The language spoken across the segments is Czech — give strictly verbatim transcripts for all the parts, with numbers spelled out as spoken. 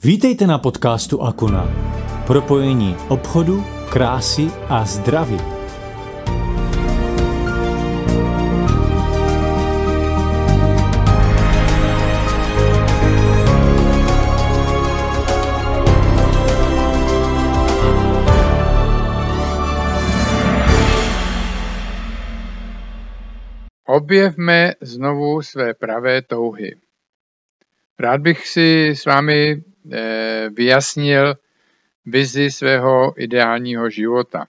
Vítejte na podcastu Akuna. Propojení obchodu, krásy a zdraví. Objevme znovu své pravé touhy. Rád bych si s vámi vyjasnil vizi svého ideálního života.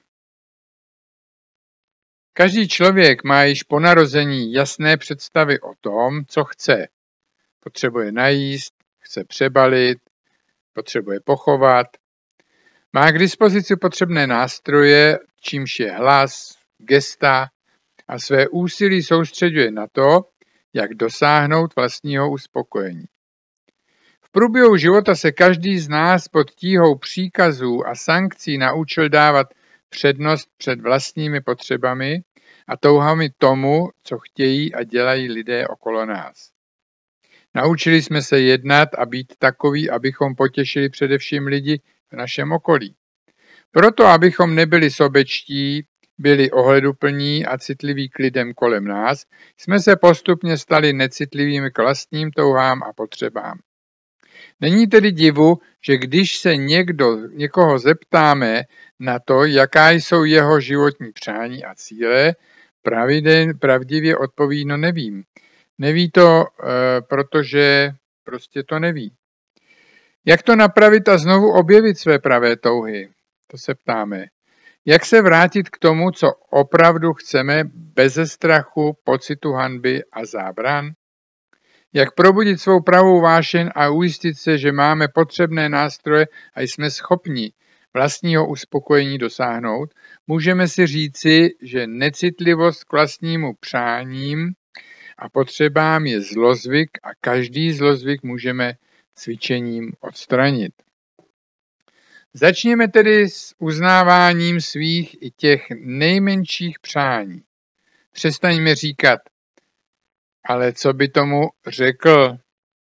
Každý člověk má již po narození jasné představy o tom, co chce. Potřebuje najíst, chce přebalit, potřebuje pochovat. Má k dispozici potřebné nástroje, čímž je hlas, gesta a své úsilí soustřeďuje na to, jak dosáhnout vlastního uspokojení. V průběhu života se každý z nás pod tíhou příkazů a sankcí naučil dávat přednost před vlastními potřebami a touhami tomu, co chtějí a dělají lidé okolo nás. Naučili jsme se jednat a být takový, abychom potěšili především lidi v našem okolí. Proto, abychom nebyli sobečtí, byli ohleduplní a citliví k lidem kolem nás, jsme se postupně stali necitlivými k vlastním touhám a potřebám. Není tedy divu, že když se někdo, někoho zeptáme na to, jaká jsou jeho životní přání a cíle, pravidel, pravdivě odpoví, no nevím. Neví to, e, protože prostě to neví. Jak to napravit a znovu objevit své pravé touhy? To se ptáme. Jak se vrátit k tomu, co opravdu chceme, beze strachu, pocitu hanby a zábran? Jak probudit svou pravou vášeň a ujistit se, že máme potřebné nástroje a jsme schopni vlastního uspokojení dosáhnout, můžeme si říci, že necitlivost k vlastnímu přáním a potřebám je zlozvyk a každý zlozvyk můžeme cvičením odstranit. Začněme tedy s uznáváním svých i těch nejmenších přání. Přestaňme říkat, ale co by tomu řekl?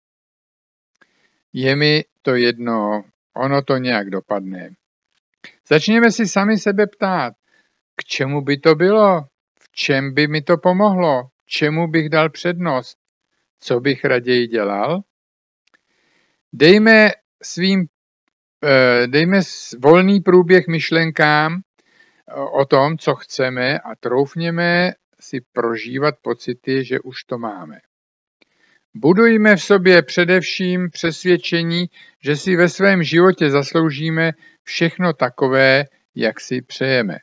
Je mi to jedno, ono to nějak dopadne. Začněme si sami sebe ptát, k čemu by to bylo? V čem by mi to pomohlo? Čemu bych dal přednost? Co bych raději dělal? Dejme svým Dejme volný průběh myšlenkám o tom, co chceme a troufněme si prožívat pocity, že už to máme. Budujme v sobě především přesvědčení, že si ve svém životě zasloužíme všechno takové, jak si přejeme.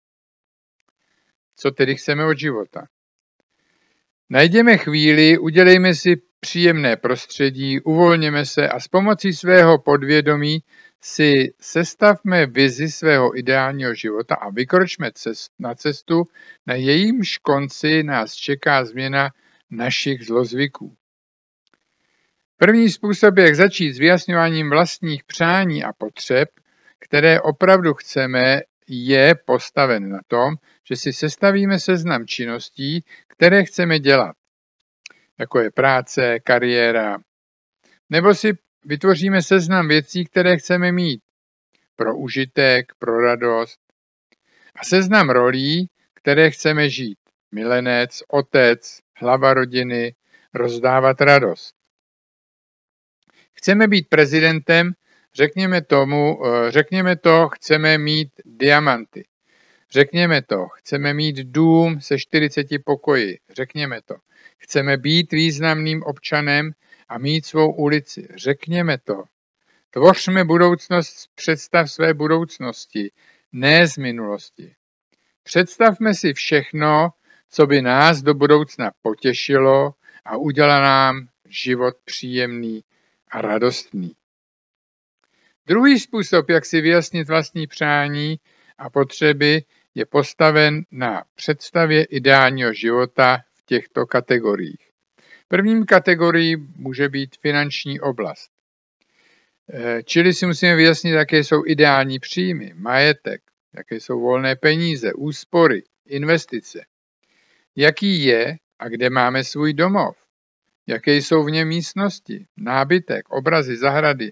Co tedy chceme od života? Najděme chvíli, udělejme si příjemné prostředí, uvolněme se a s pomocí svého podvědomí si sestavme vizi svého ideálního života a vykročme cest, na cestu, na jejímž konci nás čeká změna našich zlozvyků. První způsob, jak začít s vyjasňováním vlastních přání a potřeb, které opravdu chceme, je postaven na tom, že si sestavíme seznam činností, které chceme dělat, jako je práce, kariéra, nebo si vytvoříme seznam věcí, které chceme mít pro užitek, pro radost a seznam rolí, které chceme žít. Milenec, otec, hlava rodiny, rozdávat radost. Chceme být prezidentem, řekněme tomu, řekněme to, chceme mít diamanty. Řekněme to, chceme mít dům se čtyřiceti pokoji. Řekněme to, chceme být významným občanem a mít svou ulici. Řekněme to. Tvořme budoucnost z představ své budoucnosti, ne z minulosti. Představme si všechno, co by nás do budoucna potěšilo a udělalo nám život příjemný a radostný. Druhý způsob, jak si vyjasnit vlastní přání a potřeby, je postaven na představě ideálního života v těchto kategoriích. Prvním kategorií může být finanční oblast. Čili si musíme vyjasnit, jaké jsou ideální příjmy, majetek, jaké jsou volné peníze, úspory, investice. Jaký je a kde máme svůj domov, jaké jsou v něm místnosti, nábytek, obrazy, zahrady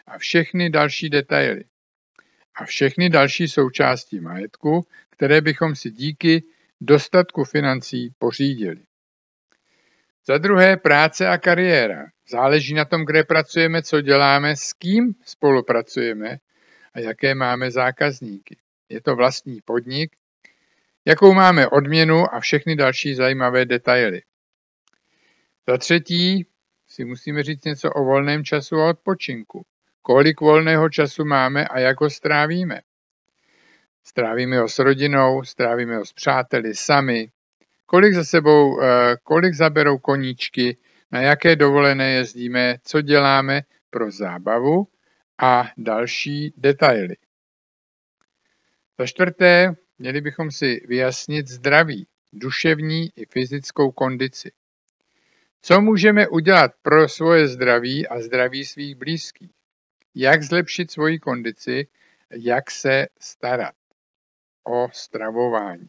a všechny další detaily. A všechny další součásti majetku, které bychom si díky dostatku financí pořídili. Za druhé, práce a kariéra. Záleží na tom, kde pracujeme, co děláme, s kým spolupracujeme a jaké máme zákazníky. Je to vlastní podnik, jakou máme odměnu a všechny další zajímavé detaily. Za třetí si musíme říct něco o volném času a odpočinku. Kolik volného času máme a jak ho strávíme. Strávíme ho s rodinou, strávíme ho s přáteli, sami. Kolik za sebou, kolik zaberou koníčky, na jaké dovolené jezdíme, co děláme pro zábavu a další detaily. Za čtvrté, měli bychom si vyjasnit zdraví, duševní i fyzickou kondici. Co můžeme udělat pro svoje zdraví a zdraví svých blízkých? Jak zlepšit svoji kondici, jak se starat o stravování.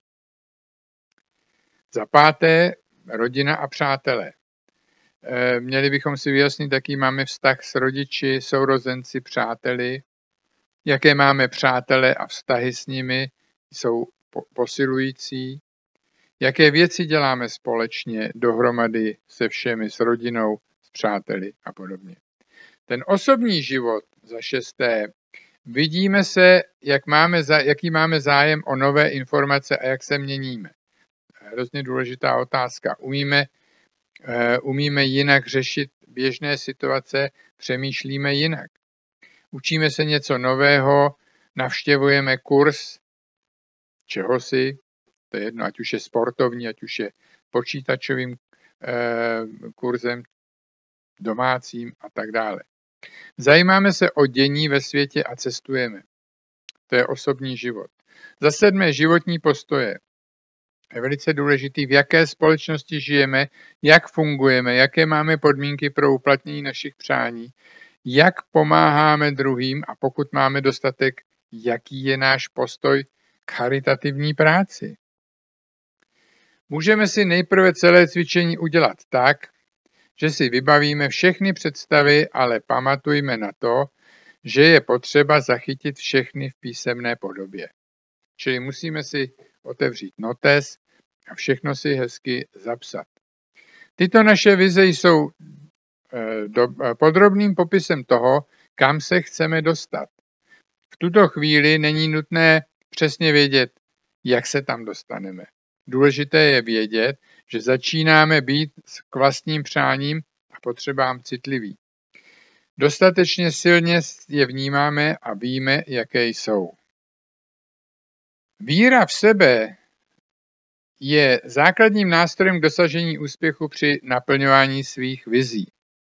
Za páté, rodina a přátelé. Měli bychom si vyjasnit, jaký máme vztah s rodiči, sourozenci, přáteli, jaké máme přátele a vztahy s nimi, jsou posilující, jaké věci děláme společně dohromady se všemi, s rodinou, s přáteli a podobně. Ten osobní život, za šesté, vidíme se, jak máme, jaký máme zájem o nové informace a jak se měníme. Hrozně důležitá otázka. Umíme, uh, umíme jinak řešit běžné situace, přemýšlíme jinak. Učíme se něco nového, navštěvujeme kurz čehosi, to je jedno, ať už je sportovní, ať už je počítačovým uh, kurzem, domácím a tak dále. Zajímáme se o dění ve světě a cestujeme. To je osobní život. Za sedmé, životní postoje. Je velice důležitý, v jaké společnosti žijeme, jak fungujeme, jaké máme podmínky pro uplatnění našich přání, jak pomáháme druhým a pokud máme dostatek, jaký je náš postoj k charitativní práci. Můžeme si nejprve celé cvičení udělat tak, že si vybavíme všechny představy, ale pamatujme na to, že je potřeba zachytit všechny v písemné podobě. Čili musíme si otevřít notes a všechno si hezky zapsat. Tyto naše vize jsou do, podrobným popisem toho, kam se chceme dostat. V tuto chvíli není nutné přesně vědět, jak se tam dostaneme. Důležité je vědět, že začínáme být k vlastním přáním a potřebám citliví. Dostatečně silně je vnímáme a víme, jaké jsou. Víra v sebe je základním nástrojem k dosažení úspěchu při naplňování svých vizí.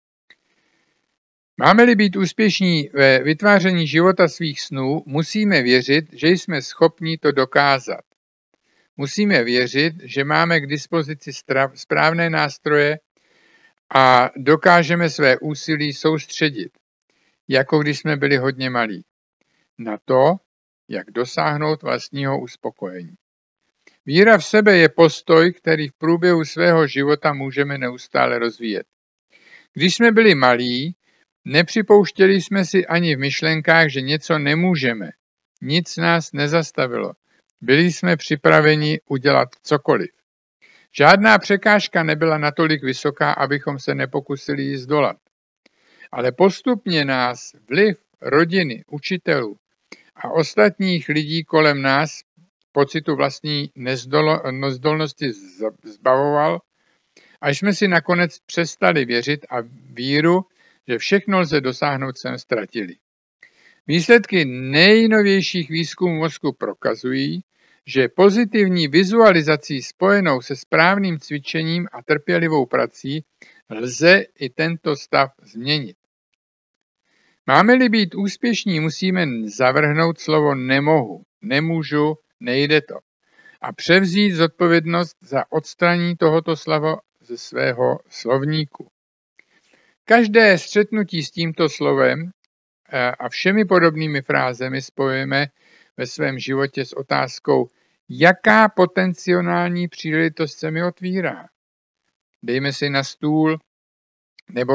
Máme-li být úspěšní ve vytváření života svých snů, musíme věřit, že jsme schopni to dokázat. Musíme věřit, že máme k dispozici správné nástroje a dokážeme své úsilí soustředit, jako když jsme byli hodně malí, na to, jak dosáhnout vlastního uspokojení. Víra v sebe je postoj, který v průběhu svého života můžeme neustále rozvíjet. Když jsme byli malí, nepřipouštěli jsme si ani v myšlenkách, že něco nemůžeme. Nic nás nezastavilo. Byli jsme připraveni udělat cokoliv. Žádná překážka nebyla natolik vysoká, abychom se nepokusili ji zdolat. Ale postupně nás vliv rodiny, učitelů a ostatních lidí kolem nás pocitu vlastní nezdolnosti zbavoval, až jsme si nakonec přestali věřit a víru, že všechno lze dosáhnout, jsme ztratili. Výsledky nejnovějších výzkumů mozku prokazují, že pozitivní vizualizací spojenou se správným cvičením a trpělivou prací lze i tento stav změnit. Máme-li být úspěšní, musíme zavrhnout slovo nemohu, nemůžu, nejde to a převzít zodpovědnost za odstranění tohoto slova ze svého slovníku. Každé střetnutí s tímto slovem a všemi podobnými frázemi spojujeme ve svém životě s otázkou, jaká potenciální příležitost se mi otvírá. Dejme si na stůl nebo do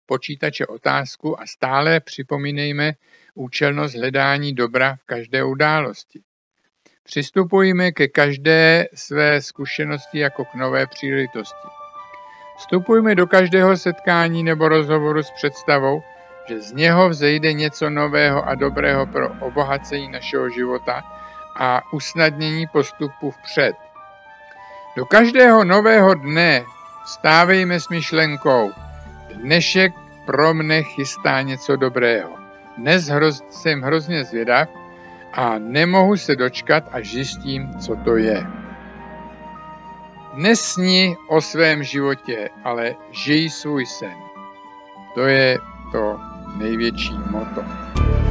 počítače otázku a stále připomínejme účelnost hledání dobra v každé události. Přistupujme ke každé své zkušenosti jako k nové příležitosti. Vstupujme do každého setkání nebo rozhovoru s představou, že z něho vzejde něco nového a dobrého pro obohacení našeho života a usnadnění postupu vpřed. Do každého nového dne vstávejme s myšlenkou: dnešek pro mne chystá něco dobrého. Dnes hroz, jsem hrozně zvědav a nemohu se dočkat, až zjistím, co to je. Nesni o svém životě, ale žij svůj sen. To je to největší motto.